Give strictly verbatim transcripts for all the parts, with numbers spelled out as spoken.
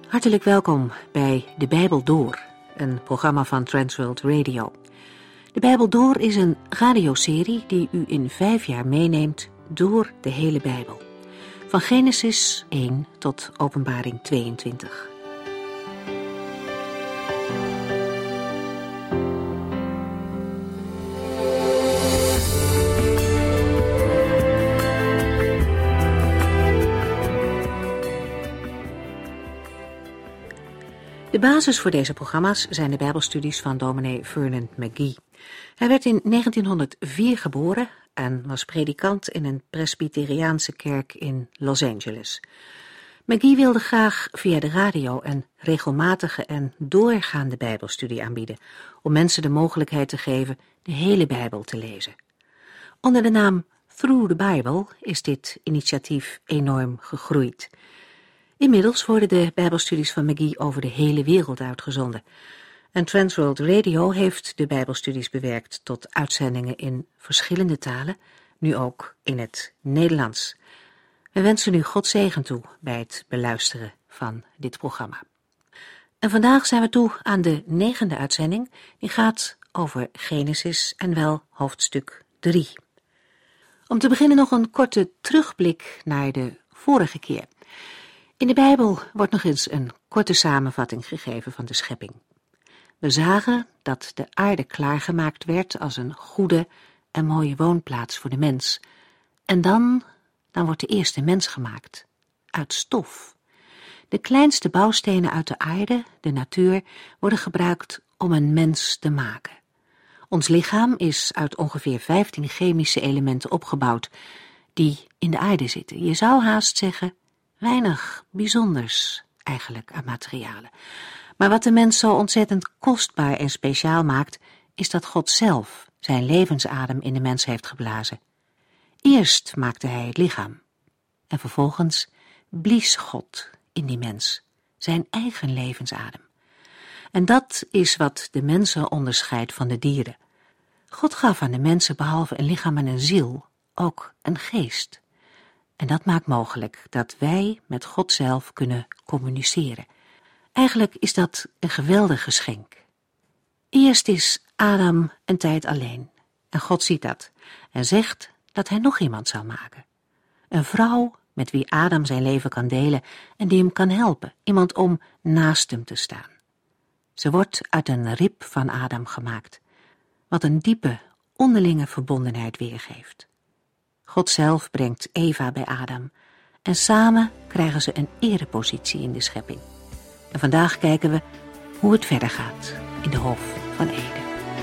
Hartelijk welkom bij De Bijbel Door, een programma van Transworld Radio. De Bijbel Door is een radioserie die u in vijf jaar meeneemt door de hele Bijbel. Van Genesis één tot Openbaring tweeëntwintig. De basis voor deze programma's zijn de Bijbelstudies van dominee Vernon McGee. Hij werd in negentienhonderdvier geboren en was predikant in een presbyteriaanse kerk in Los Angeles. McGee wilde graag via de radio een regelmatige en doorgaande Bijbelstudie aanbieden, om mensen de mogelijkheid te geven de hele Bijbel te lezen. Onder de naam Through the Bible is dit initiatief enorm gegroeid. Inmiddels worden de Bijbelstudies van McGee over de hele wereld uitgezonden. En Transworld Radio heeft de Bijbelstudies bewerkt tot uitzendingen in verschillende talen, nu ook in het Nederlands. We wensen u God zegen toe bij het beluisteren van dit programma. En vandaag zijn we toe aan de negende uitzending, die gaat over Genesis en wel hoofdstuk drie. Om te beginnen nog een korte terugblik naar de vorige keer. In de Bijbel wordt nog eens een korte samenvatting gegeven van de schepping. We zagen dat de aarde klaargemaakt werd als een goede en mooie woonplaats voor de mens. En dan, dan wordt de eerste mens gemaakt, uit stof. De kleinste bouwstenen uit de aarde, de natuur, worden gebruikt om een mens te maken. Ons lichaam is uit ongeveer vijftien chemische elementen opgebouwd die in de aarde zitten. Je zou haast zeggen, weinig bijzonders eigenlijk aan materialen. Maar wat de mens zo ontzettend kostbaar en speciaal maakt, is dat God zelf zijn levensadem in de mens heeft geblazen. Eerst maakte hij het lichaam en vervolgens blies God in die mens zijn eigen levensadem. En dat is wat de mensen onderscheidt van de dieren. God gaf aan de mensen behalve een lichaam en een ziel ook een geest. En dat maakt mogelijk dat wij met God zelf kunnen communiceren. Eigenlijk is dat een geweldig geschenk. Eerst is Adam een tijd alleen. En God ziet dat en zegt dat hij nog iemand zal maken. Een vrouw met wie Adam zijn leven kan delen en die hem kan helpen. Iemand om naast hem te staan. Ze wordt uit een rib van Adam gemaakt, wat een diepe, onderlinge verbondenheid weergeeft. God zelf brengt Eva bij Adam en samen krijgen ze een erepositie in de schepping. En vandaag kijken we hoe het verder gaat in de Hof van Eden.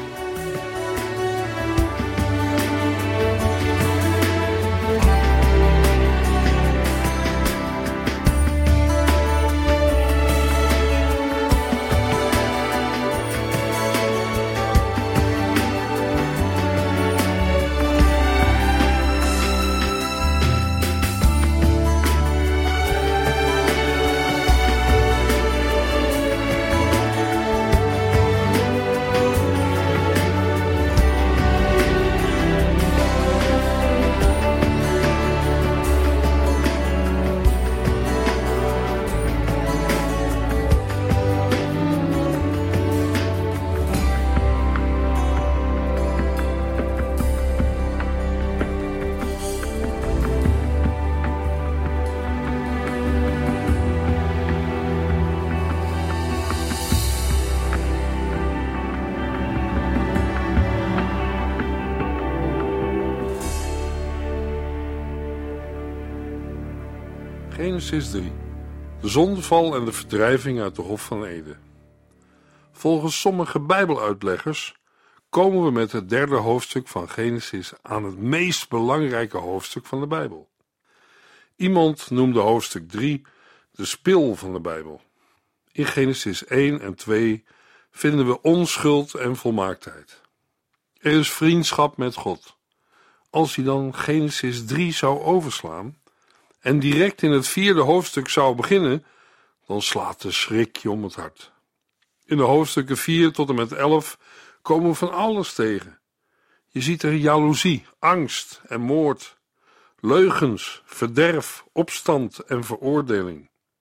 Genesis drie. De zondeval en de verdrijving uit de Hof van Eden. Volgens sommige Bijbeluitleggers komen we met het derde hoofdstuk van Genesis aan het meest belangrijke hoofdstuk van de Bijbel. Iemand noemde hoofdstuk drie de spil van de Bijbel. In Genesis één en twee vinden we onschuld en volmaaktheid. Er is vriendschap met God. Als hij dan Genesis drie zou overslaan en direct in het vierde hoofdstuk zou beginnen, dan slaat de schrik je om het hart. In de hoofdstukken vier tot en met elf komen we van alles tegen. Je ziet er jaloezie, angst en moord, leugens, verderf, opstand en veroordeling.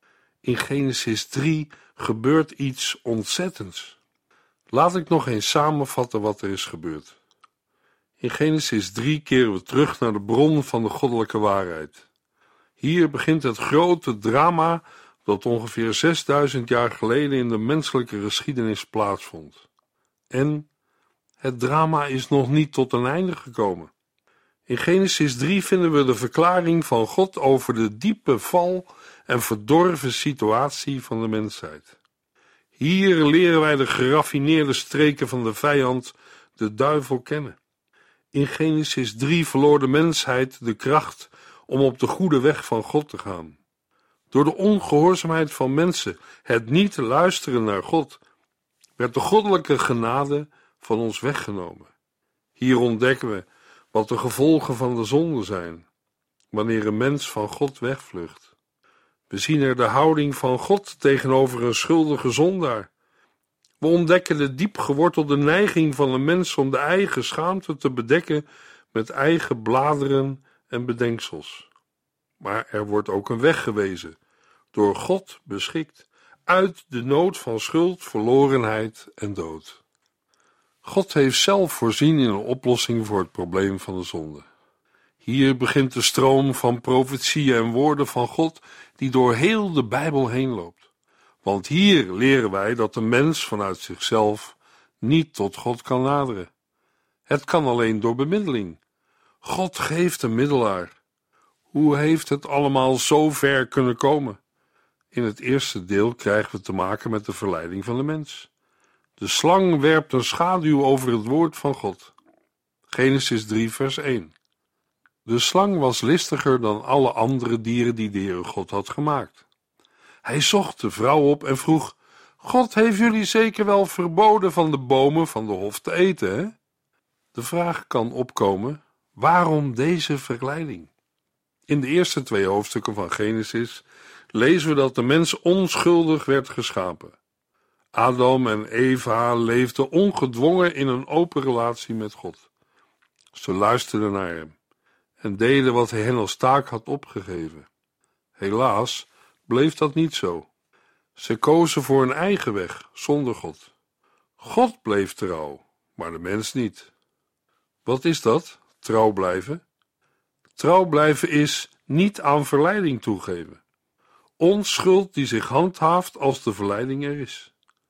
In Genesis drie gebeurt iets ontzettends. Laat ik nog eens samenvatten wat er is gebeurd. In Genesis drie keren we terug naar de bron van de goddelijke waarheid. Hier begint het grote drama dat ongeveer zesduizend jaar geleden in de menselijke geschiedenis plaatsvond. En het drama is nog niet tot een einde gekomen. In Genesis drie vinden we de verklaring van God over de diepe val en verdorven situatie van de mensheid. Hier leren wij de geraffineerde streken van de vijand, de duivel, kennen. In Genesis drie verloor de mensheid de kracht om op de goede weg van God te gaan. Door de ongehoorzaamheid van mensen, het niet luisteren naar God, werd de goddelijke genade van ons weggenomen. Hier ontdekken we wat de gevolgen van de zonde zijn, wanneer een mens van God wegvlucht. We zien er de houding van God tegenover een schuldige zondaar. We ontdekken de diep gewortelde neiging van een mens om de eigen schaamte te bedekken met eigen bladeren en bedenksels. Maar er wordt ook een weg gewezen, door God beschikt, uit de nood van schuld, verlorenheid en dood. God heeft zelf voorzien in een oplossing voor het probleem van de zonde. Hier begint de stroom van profetieën en woorden van God die door heel de Bijbel heen loopt. Want hier leren wij dat de mens vanuit zichzelf niet tot God kan naderen. Het kan alleen door bemiddeling. God geeft een middelaar. Hoe heeft het allemaal zo ver kunnen komen? In het eerste deel krijgen we te maken met de verleiding van de mens. De slang werpt een schaduw over het woord van God. Genesis drie vers één. De slang was listiger dan alle andere dieren die de Heere God had gemaakt. Hij zocht de vrouw op en vroeg: God heeft jullie zeker wel verboden van de bomen van de hof te eten, hè? De vraag kan opkomen: waarom deze verleiding? In de eerste twee hoofdstukken van Genesis lezen we dat de mens onschuldig werd geschapen. Adam en Eva leefden ongedwongen in een open relatie met God. Ze luisterden naar hem en deden wat hij hen als taak had opgegeven. Helaas bleef dat niet zo. Ze kozen voor een eigen weg, zonder God. God bleef trouw, maar de mens niet. Wat is dat, trouw blijven? Trouw blijven is niet aan verleiding toegeven. Onschuld die zich handhaaft als de verleiding er is.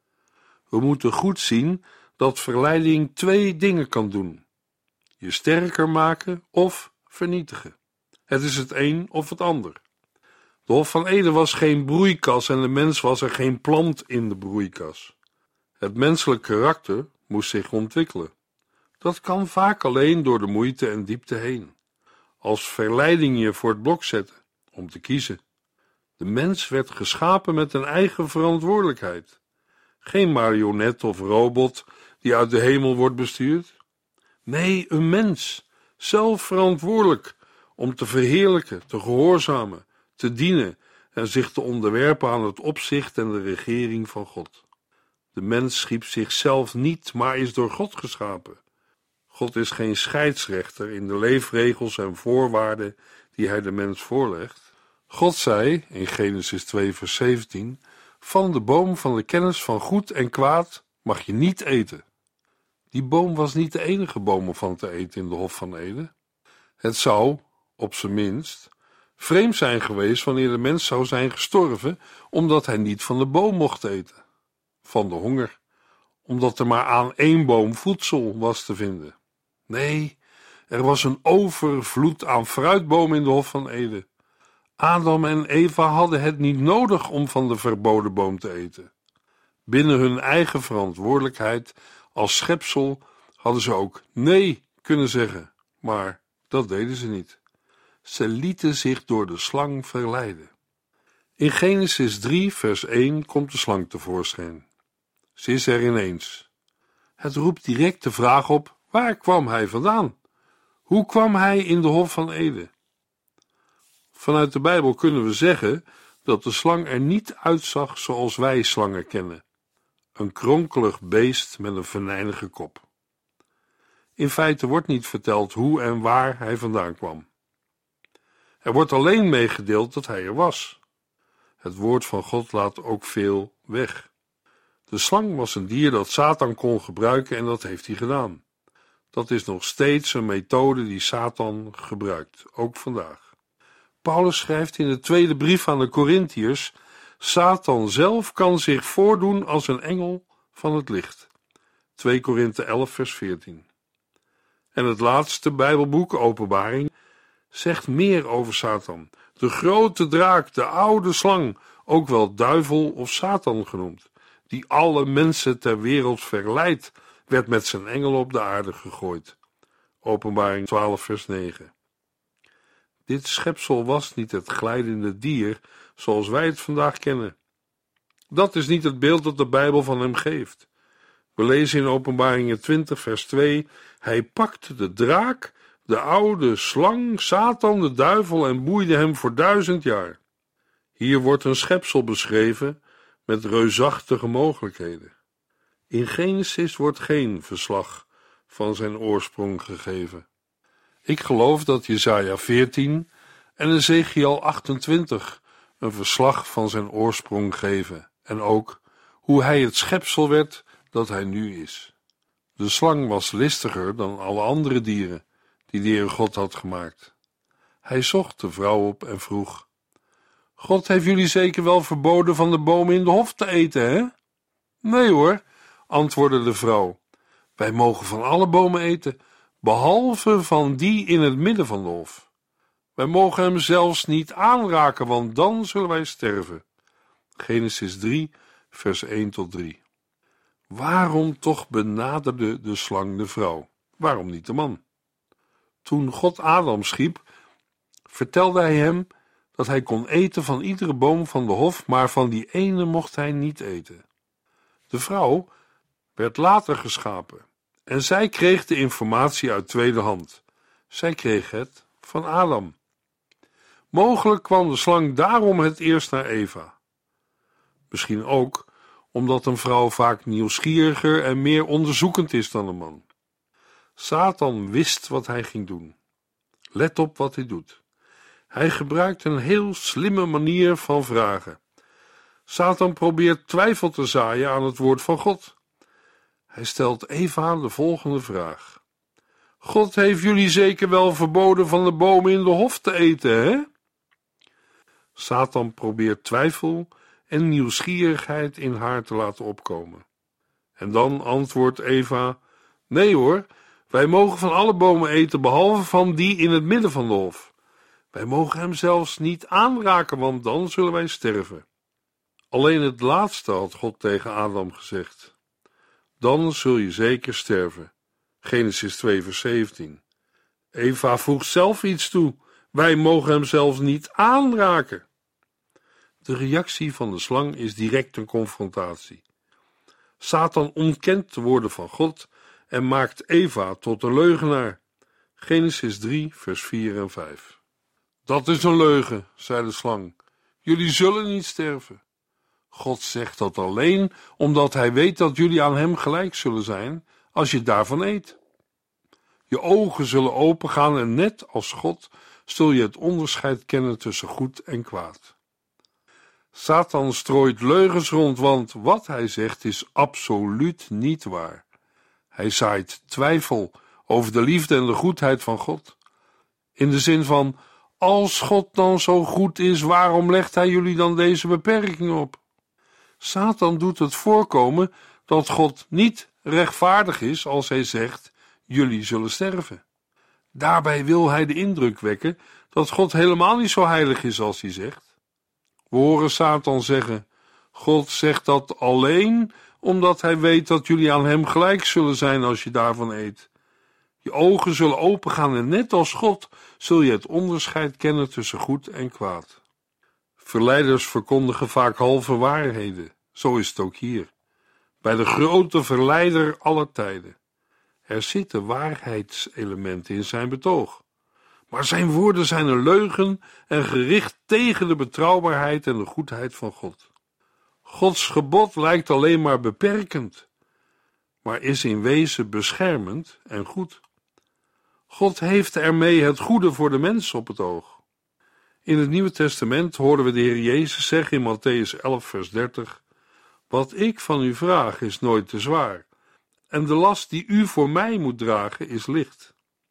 We moeten goed zien dat verleiding twee dingen kan doen: je sterker maken of vernietigen. Het is het een of het ander. De Hof van Eden was geen broeikas en de mens was er geen plant in de broeikas. Het menselijk karakter moest zich ontwikkelen. Dat kan vaak alleen door de moeite en diepte heen. Als verleiding je voor het blok zetten, om te kiezen. De mens werd geschapen met een eigen verantwoordelijkheid. Geen marionet of robot die uit de hemel wordt bestuurd. Nee, een mens, zelf verantwoordelijk om te verheerlijken, te gehoorzamen, te dienen en zich te onderwerpen aan het opzicht en de regering van God. De mens schiep zichzelf niet, maar is door God geschapen. God is geen scheidsrechter in de leefregels en voorwaarden die hij de mens voorlegt. God zei in Genesis twee vers zeventien: van de boom van de kennis van goed en kwaad mag je niet eten. Die boom was niet de enige boom om van te eten in de Hof van Eden. Het zou, op zijn minst, vreemd zijn geweest wanneer de mens zou zijn gestorven, omdat hij niet van de boom mocht eten. Van de honger, omdat er maar aan één boom voedsel was te vinden. Nee, er was een overvloed aan fruitbomen in de Hof van Eden. Adam en Eva hadden het niet nodig om van de verboden boom te eten. Binnen hun eigen verantwoordelijkheid als schepsel hadden ze ook nee kunnen zeggen, maar dat deden ze niet. Ze lieten zich door de slang verleiden. In Genesis drie vers één komt de slang tevoorschijn. Ze is er ineens. Het roept direct de vraag op: waar kwam hij vandaan? Hoe kwam hij in de Hof van Eden? Vanuit de Bijbel kunnen we zeggen dat de slang er niet uitzag zoals wij slangen kennen. Een kronkelig beest met een venijnige kop. In feite wordt niet verteld hoe en waar hij vandaan kwam. Er wordt alleen meegedeeld dat hij er was. Het woord van God laat ook veel weg. De slang was een dier dat Satan kon gebruiken en dat heeft hij gedaan. Dat is nog steeds een methode die Satan gebruikt, ook vandaag. Paulus schrijft in de tweede brief aan de Korintiërs: Satan zelf kan zich voordoen als een engel van het licht. twee Korinthe elf vers veertien. En het laatste Bijbelboek, Openbaring, zegt meer over Satan. De grote draak, de oude slang, ook wel duivel of Satan genoemd, die alle mensen ter wereld verleidt, werd met zijn engelen op de aarde gegooid. Openbaring twaalf vers negen. Dit schepsel was niet het glijdende dier zoals wij het vandaag kennen. Dat is niet het beeld dat de Bijbel van hem geeft. We lezen in Openbaringen twintig vers twee: Hij pakte de draak, de oude slang, Satan, de duivel, en boeide hem voor duizend jaar. Hier wordt een schepsel beschreven met reusachtige mogelijkheden. In Genesis wordt geen verslag van zijn oorsprong gegeven. Ik geloof dat Jesaja veertien en Ezechiël achtentwintig een verslag van zijn oorsprong geven en ook hoe hij het schepsel werd dat hij nu is. De slang was listiger dan alle andere dieren die de Heer God had gemaakt. Hij zocht de vrouw op en vroeg: God heeft jullie zeker wel verboden van de bomen in de hof te eten, hè? Nee hoor, antwoordde de vrouw. Wij mogen van alle bomen eten, behalve van die in het midden van de hof. Wij mogen hem zelfs niet aanraken, want dan zullen wij sterven. Genesis drie, vers één tot drie. Waarom toch benaderde de slang de vrouw? Waarom niet de man? Toen God Adam schiep, vertelde hij hem dat hij kon eten van iedere boom van de hof, maar van die ene mocht hij niet eten. De vrouw werd later geschapen en zij kreeg de informatie uit tweede hand. Zij kreeg het van Adam. Mogelijk kwam de slang daarom het eerst naar Eva. Misschien ook omdat een vrouw vaak nieuwsgieriger en meer onderzoekend is dan een man. Satan wist wat hij ging doen. Let op wat hij doet. Hij gebruikt een heel slimme manier van vragen. Satan probeert twijfel te zaaien aan het woord van God. Hij stelt Eva de volgende vraag: God heeft jullie zeker wel verboden van de bomen in de hof te eten, hè? Satan probeert twijfel en nieuwsgierigheid in haar te laten opkomen. En dan antwoordt Eva: nee hoor, wij mogen van alle bomen eten behalve van die in het midden van de hof. Wij mogen hem zelfs niet aanraken, want dan zullen wij sterven. Alleen het laatste had God tegen Adam gezegd. Dan zul je zeker sterven. Genesis twee vers zeventien. Eva voegt zelf iets toe. Wij mogen hem zelfs niet aanraken. De reactie van de slang is direct een confrontatie. Satan ontkent de woorden van God en maakt Eva tot een leugenaar. Genesis drie vers vier en vijf. Dat is een leugen, zei de slang. Jullie zullen niet sterven. God zegt dat alleen omdat hij weet dat jullie aan hem gelijk zullen zijn als je daarvan eet. Je ogen zullen opengaan en net als God zul je het onderscheid kennen tussen goed en kwaad. Satan strooit leugens rond, want wat hij zegt is absoluut niet waar. Hij zaait twijfel over de liefde en de goedheid van God. In de zin van: als God dan zo goed is, waarom legt hij jullie dan deze beperking op? Satan doet het voorkomen dat God niet rechtvaardig is als hij zegt: jullie zullen sterven. Daarbij wil hij de indruk wekken dat God helemaal niet zo heilig is als hij zegt. We horen Satan zeggen: God zegt dat alleen omdat hij weet dat jullie aan hem gelijk zullen zijn als je daarvan eet. Je ogen zullen opengaan en net als God zul je het onderscheid kennen tussen goed en kwaad. Verleiders verkondigen vaak halve waarheden. Zo is het ook hier. Bij de grote verleider aller tijden. Er zitten waarheidselementen in zijn betoog. Maar zijn woorden zijn een leugen en gericht tegen de betrouwbaarheid en de goedheid van God. Gods gebod lijkt alleen maar beperkend, maar is in wezen beschermend en goed. God heeft ermee het goede voor de mens op het oog. In het Nieuwe Testament horen we de Heer Jezus zeggen in Mattheüs elf vers dertig: Wat ik van u vraag is nooit te zwaar, en de last die u voor mij moet dragen is licht.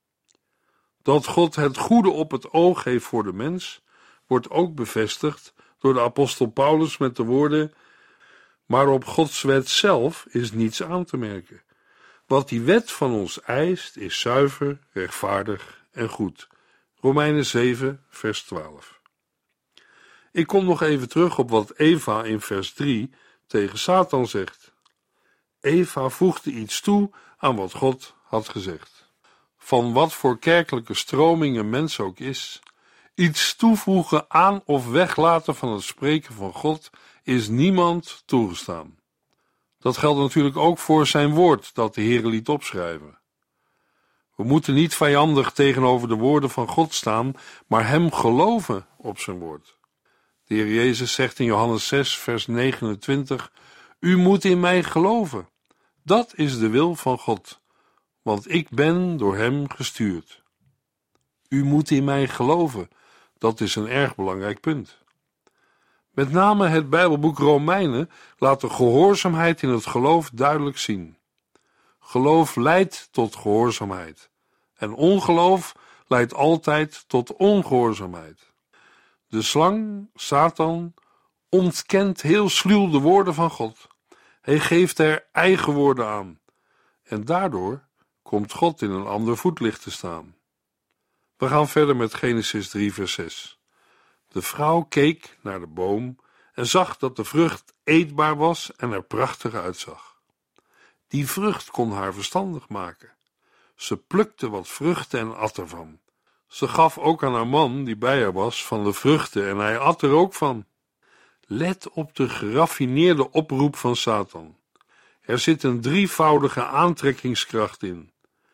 Dat God het goede op het oog heeft voor de mens, wordt ook bevestigd door de apostel Paulus met de woorden: Maar op Gods wet zelf is niets aan te merken. Wat die wet van ons eist, is zuiver, rechtvaardig en goed. Romeinen zeven, vers twaalf. Ik kom nog even terug op wat Eva in vers drie tegen Satan zegt. Eva voegde iets toe aan wat God had gezegd. Van wat voor kerkelijke stroming een mens ook is, iets toevoegen aan of weglaten van het spreken van God is niemand toegestaan. Dat geldt natuurlijk ook voor zijn woord dat de Heer liet opschrijven. We moeten niet vijandig tegenover de woorden van God staan, maar hem geloven op zijn woord. De Heer Jezus zegt in Johannes zes, vers negenentwintig: U moet in mij geloven. Dat is de wil van God, want ik ben door hem gestuurd. U moet in mij geloven. Dat is een erg belangrijk punt. Met name het Bijbelboek Romeinen laat de gehoorzaamheid in het geloof duidelijk zien. Geloof leidt tot gehoorzaamheid en ongeloof leidt altijd tot ongehoorzaamheid. De slang, Satan, ontkent heel sluw de woorden van God. Hij geeft er eigen woorden aan en daardoor komt God in een ander voetlicht te staan. We gaan verder met Genesis drie, vers zes. De vrouw keek naar de boom en zag dat de vrucht eetbaar was en er prachtig uitzag. Die vrucht kon haar verstandig maken. Ze plukte wat vruchten en at ervan. Ze gaf ook aan haar man, die bij haar was, van de vruchten en hij at er ook van. Let op de geraffineerde oproep van Satan. Er zit een drievoudige aantrekkingskracht in.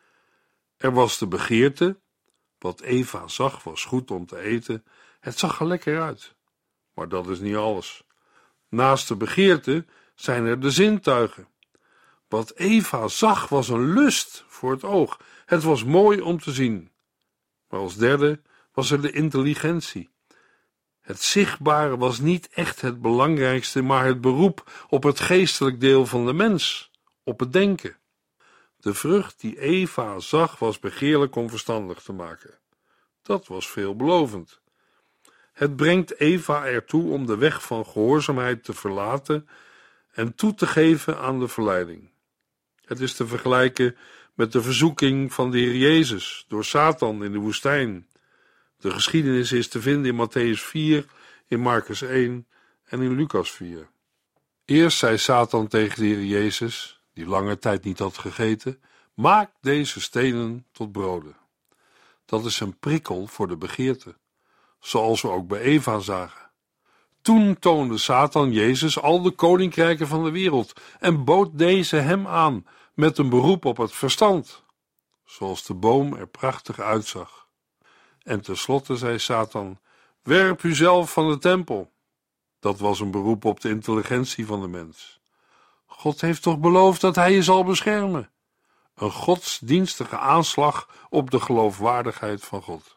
Er was de begeerte. Wat Eva zag was goed om te eten. Het zag er lekker uit. Maar dat is niet alles. Naast de begeerte zijn er de zintuigen. Wat Eva zag was een lust voor het oog. Het was mooi om te zien. Maar als derde was er de intelligentie. Het zichtbare was niet echt het belangrijkste, maar het beroep op het geestelijk deel van de mens, op het denken. De vrucht die Eva zag was begeerlijk om verstandig te maken. Dat was veelbelovend. Het brengt Eva ertoe om de weg van gehoorzaamheid te verlaten en toe te geven aan de verleiding. Het is te vergelijken met de verzoeking van de Heer Jezus door Satan in de woestijn. De geschiedenis is te vinden in Mattheüs vier, in Marcus één en in Lucas vier. Eerst zei Satan tegen de Heer Jezus, die lange tijd niet had gegeten: maak deze stenen tot broden. Dat is een prikkel voor de begeerte, zoals we ook bij Eva zagen. Toen toonde Satan Jezus al de koninkrijken van de wereld en bood deze hem aan met een beroep op het verstand, zoals de boom er prachtig uitzag. En tenslotte zei Satan: werp uzelf van de tempel. Dat was een beroep op de intelligentie van de mens. God heeft toch beloofd dat hij je zal beschermen? Een godsdienstige aanslag op de geloofwaardigheid van God.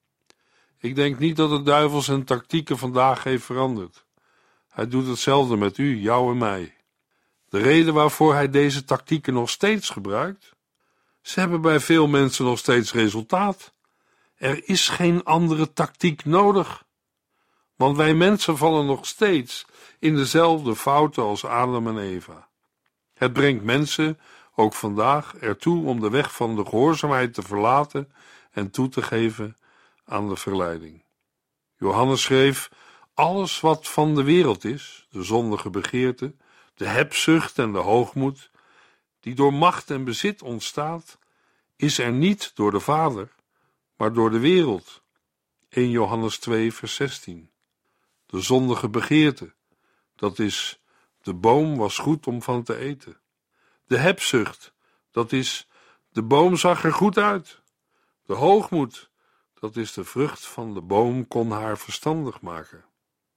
Ik denk niet dat de duivel zijn tactieken vandaag heeft veranderd. Hij doet hetzelfde met u, jou en mij. De reden waarvoor hij deze tactieken nog steeds gebruikt? Ze hebben bij veel mensen nog steeds resultaat. Er is geen andere tactiek nodig. Want wij mensen vallen nog steeds in dezelfde fouten als Adam en Eva. Het brengt mensen, ook vandaag, ertoe om de weg van de gehoorzaamheid te verlaten en toe te geven aan de verleiding. Johannes schreef: alles wat van de wereld is, de zondige begeerte, de hebzucht en de hoogmoed, die door macht en bezit ontstaat, is er niet door de Vader, maar door de wereld. eerste Johannes twee, vers zestien. De zondige begeerte, dat is, de boom was goed om van te eten. De hebzucht, dat is, de boom zag er goed uit. De hoogmoed, dat is, de vrucht van de boom kon haar verstandig maken.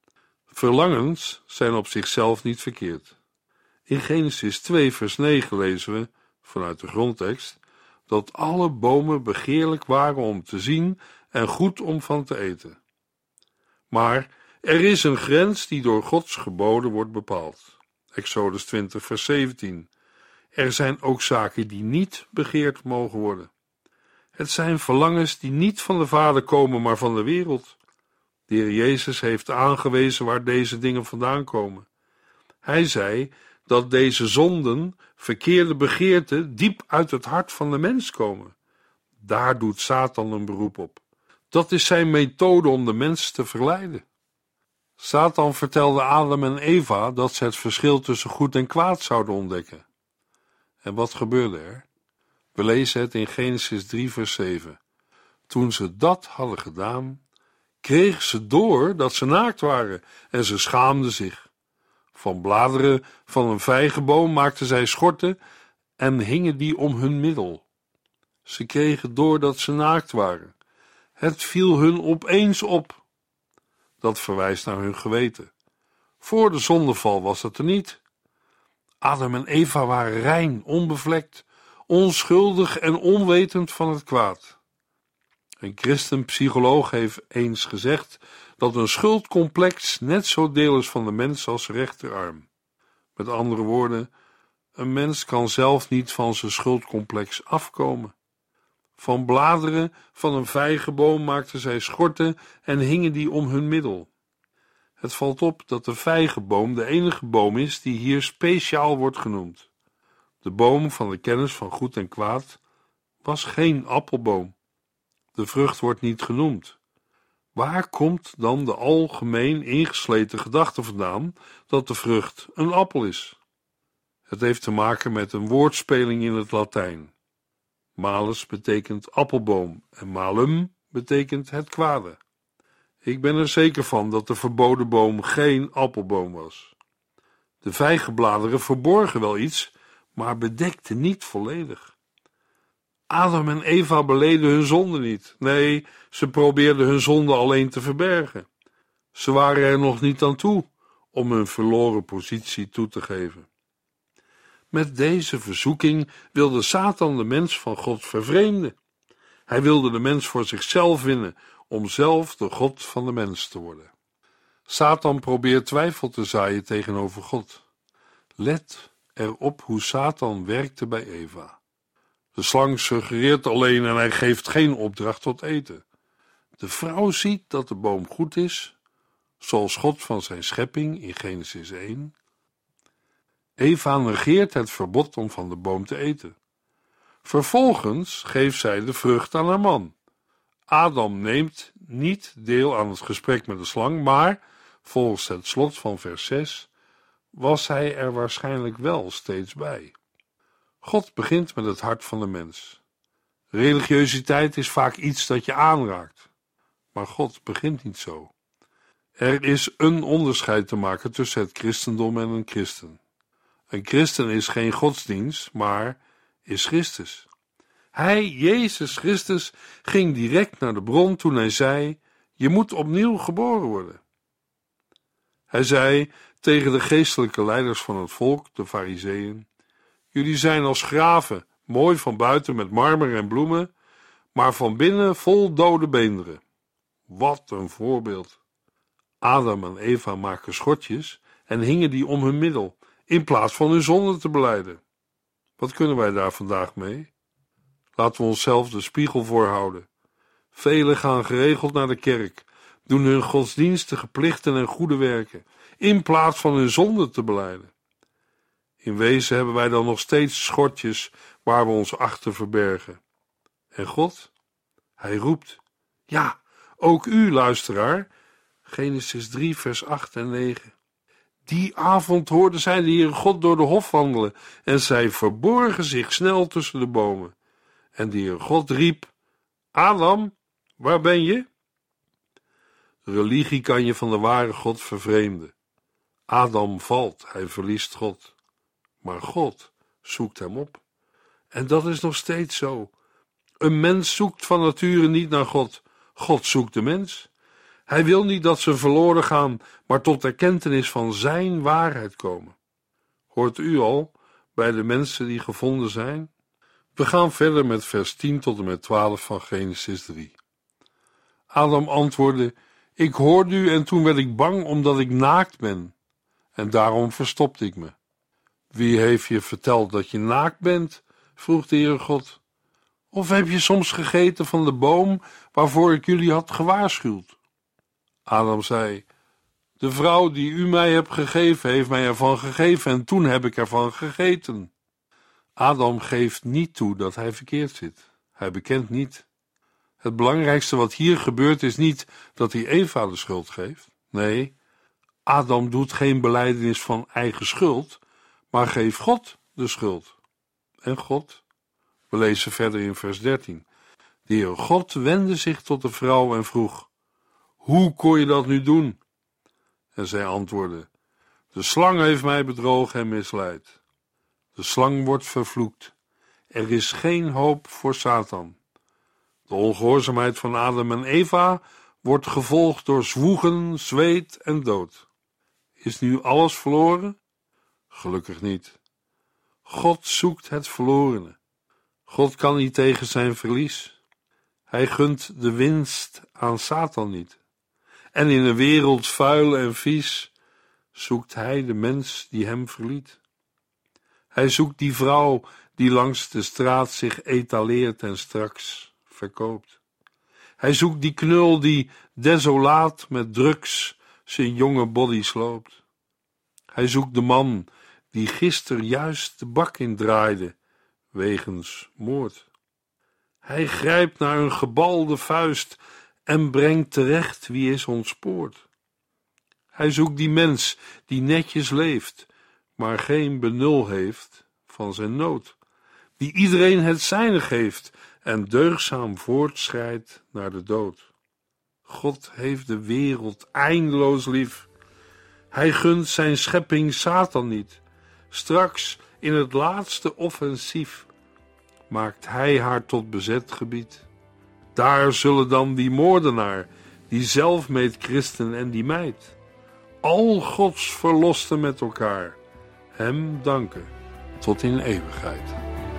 Verlangens zijn op zichzelf niet verkeerd. In Genesis twee, vers negen lezen we, vanuit de grondtekst, dat alle bomen begeerlijk waren om te zien en goed om van te eten. Maar er is een grens die door Gods geboden wordt bepaald. Exodus twintig, vers zeventien. Er zijn ook zaken die niet begeerd mogen worden. Het zijn verlangens die niet van de Vader komen, maar van de wereld. De Heer Jezus heeft aangewezen waar deze dingen vandaan komen. Hij zei dat deze zonden, verkeerde begeerten, diep uit het hart van de mens komen. Daar doet Satan een beroep op. Dat is zijn methode om de mens te verleiden. Satan vertelde Adam en Eva dat ze het verschil tussen goed en kwaad zouden ontdekken. En wat gebeurde er? We lezen het in Genesis drie, vers zeven. Toen ze dat hadden gedaan, kregen ze door dat ze naakt waren en ze schaamden zich. Van bladeren van een vijgenboom maakten zij schorten en hingen die om hun middel. Ze kregen door dat ze naakt waren. Het viel hun opeens op. Dat verwijst naar hun geweten. Voor de zondeval was het er niet. Adam en Eva waren rein, onbevlekt, onschuldig en onwetend van het kwaad. Een christenpsycholoog heeft eens gezegd dat een schuldcomplex net zo deel is van de mens als rechterarm. Met andere woorden, een mens kan zelf niet van zijn schuldcomplex afkomen. Van bladeren van een vijgenboom maakten zij schorten en hingen die om hun middel. Het valt op dat de vijgenboom de enige boom is die hier speciaal wordt genoemd. De boom van de kennis van goed en kwaad was geen appelboom. De vrucht wordt niet genoemd. Waar komt dan de algemeen ingesleten gedachte vandaan dat de vrucht een appel is? Het heeft te maken met een woordspeling in het Latijn. Malus betekent appelboom en malum betekent het kwade. Ik ben er zeker van dat de verboden boom geen appelboom was. De vijgenbladeren verborgen wel iets, maar bedekten niet volledig. Adam en Eva beleden hun zonde niet. Nee, ze probeerden hun zonde alleen te verbergen. Ze waren er nog niet aan toe om hun verloren positie toe te geven. Met deze verzoeking wilde Satan de mens van God vervreemden. Hij wilde de mens voor zichzelf winnen, om zelf de God van de mens te worden. Satan probeert twijfel te zaaien tegenover God. Let erop hoe Satan werkte bij Eva. De slang suggereert alleen en hij geeft geen opdracht tot eten. De vrouw ziet dat de boom goed is, zoals God van zijn schepping in Genesis één. Eva negeert het verbod om van de boom te eten. Vervolgens geeft zij de vrucht aan haar man. Adam neemt niet deel aan het gesprek met de slang, maar, volgens het slot van vers zes, was hij er waarschijnlijk wel steeds bij. God begint met het hart van de mens. Religiositeit is vaak iets dat je aanraakt, maar God begint niet zo. Er is een onderscheid te maken tussen het christendom en een christen. Een christen is geen godsdienst, maar is Christus. Hij, Jezus Christus, ging direct naar de bron toen hij zei: je moet opnieuw geboren worden. Hij zei tegen de geestelijke leiders van het volk, de Farizeeën: jullie zijn als graven, mooi van buiten met marmer en bloemen, maar van binnen vol dode beenderen. Wat een voorbeeld. Adam en Eva maken schortjes en hingen die om hun middel, in plaats van hun zonde te belijden. Wat kunnen wij daar vandaag mee? Laten we onszelf de spiegel voorhouden. Velen gaan geregeld naar de kerk, doen hun godsdienstige plichten en goede werken, in plaats van hun zonde te belijden. In wezen hebben wij dan nog steeds schortjes waar we ons achter verbergen. En God? Hij roept. Ja, ook u, luisteraar. Genesis drie, vers acht en negen. Die avond hoorden zij de Heere God door de hof wandelen en zij verborgen zich snel tussen de bomen. En de Heere God riep: Adam, waar ben je? Religie kan je van de ware God vervreemden. Adam valt, hij verliest God. Maar God zoekt hem op. En dat is nog steeds zo. Een mens zoekt van nature niet naar God. God zoekt de mens. Hij wil niet dat ze verloren gaan, maar tot erkentenis van zijn waarheid komen. Hoort u al bij de mensen die gevonden zijn? We gaan verder met vers tien tot en met twaalf van Genesis drie. Adam antwoordde: Ik hoorde u en toen werd ik bang omdat ik naakt ben. En daarom verstopte ik me. Wie heeft je verteld dat je naakt bent? Vroeg de Heere God. Of heb je soms gegeten van de boom waarvoor ik jullie had gewaarschuwd? Adam zei, de vrouw die u mij hebt gegeven, heeft mij ervan gegeven en toen heb ik ervan gegeten. Adam geeft niet toe dat hij verkeerd zit. Hij bekent niet. Het belangrijkste wat hier gebeurt is niet dat hij Eva de schuld geeft. Nee, Adam doet geen belijdenis van eigen schuld, maar geeft God de schuld. En God? We lezen verder in vers dertien. De Heere God wendde zich tot de vrouw en vroeg, hoe kon je dat nu doen? En zij antwoordde, de slang heeft mij bedrogen en misleid. De slang wordt vervloekt. Er is geen hoop voor Satan. De ongehoorzaamheid van Adam en Eva wordt gevolgd door zwoegen, zweet en dood. Is nu alles verloren? Gelukkig niet. God zoekt het verlorene. God kan niet tegen zijn verlies. Hij gunt de winst aan Satan niet. En in een wereld vuil en vies zoekt hij de mens die hem verliet. Hij zoekt die vrouw die langs de straat zich etaleert en straks verkoopt. Hij zoekt die knul die desolaat met drugs zijn jonge body sloopt. Hij zoekt de man die gisteren juist de bak indraaide wegens moord. Hij grijpt naar een gebalde vuist en brengt terecht wie is ontspoord. Hij zoekt die mens die netjes leeft, maar geen benul heeft van zijn nood, die iedereen het zijne geeft en deugdzaam voortschrijdt naar de dood. God heeft de wereld eindeloos lief. Hij gunt zijn schepping Satan niet. Straks in het laatste offensief maakt hij haar tot bezet gebied. Daar zullen dan die moordenaar, die zelfmeed christen en die meid, al Gods verlosten met elkaar, hem danken tot in eeuwigheid.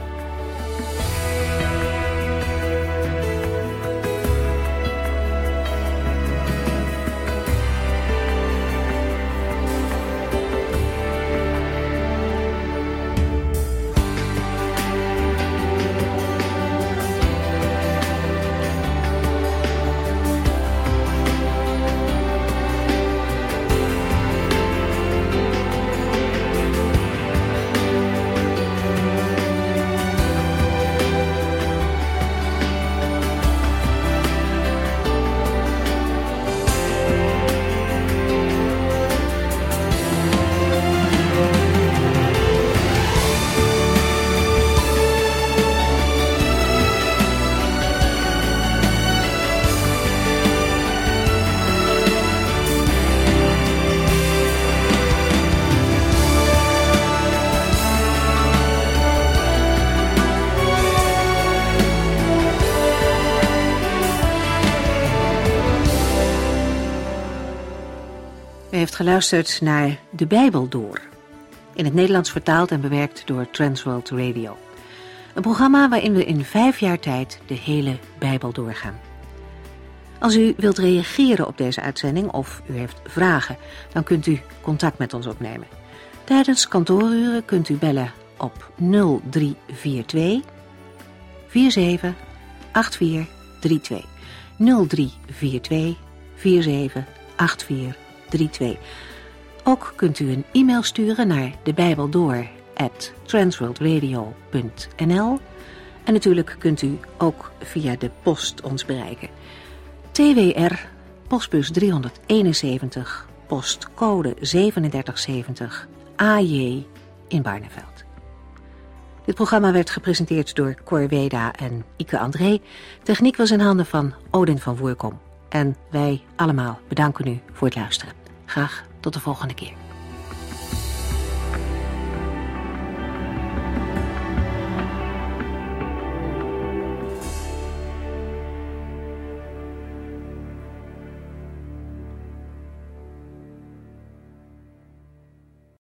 U heeft geluisterd naar De Bijbel Door, in het Nederlands vertaald en bewerkt door Transworld Radio. Een programma waarin we in vijf jaar tijd de hele Bijbel doorgaan. Als u wilt reageren op deze uitzending of u heeft vragen, dan kunt u contact met ons opnemen. Tijdens kantooruren kunt u bellen op nul drie vier twee vier zeven acht vier drie twee. nul drie vier twee vier zeven acht vier drie twee. Ook kunt u een e-mail sturen naar debijbeldoor at transworldradio punt n l en natuurlijk kunt u ook via de post ons bereiken. T W R, postbus driehonderdeenenzeventig, postcode zevenendertig zeventig, A J in Barneveld. Dit programma werd gepresenteerd door Cor Weda en Ike André. Techniek was in handen van Odin van Voerkom. En wij allemaal bedanken u voor het luisteren. Graag tot de volgende keer.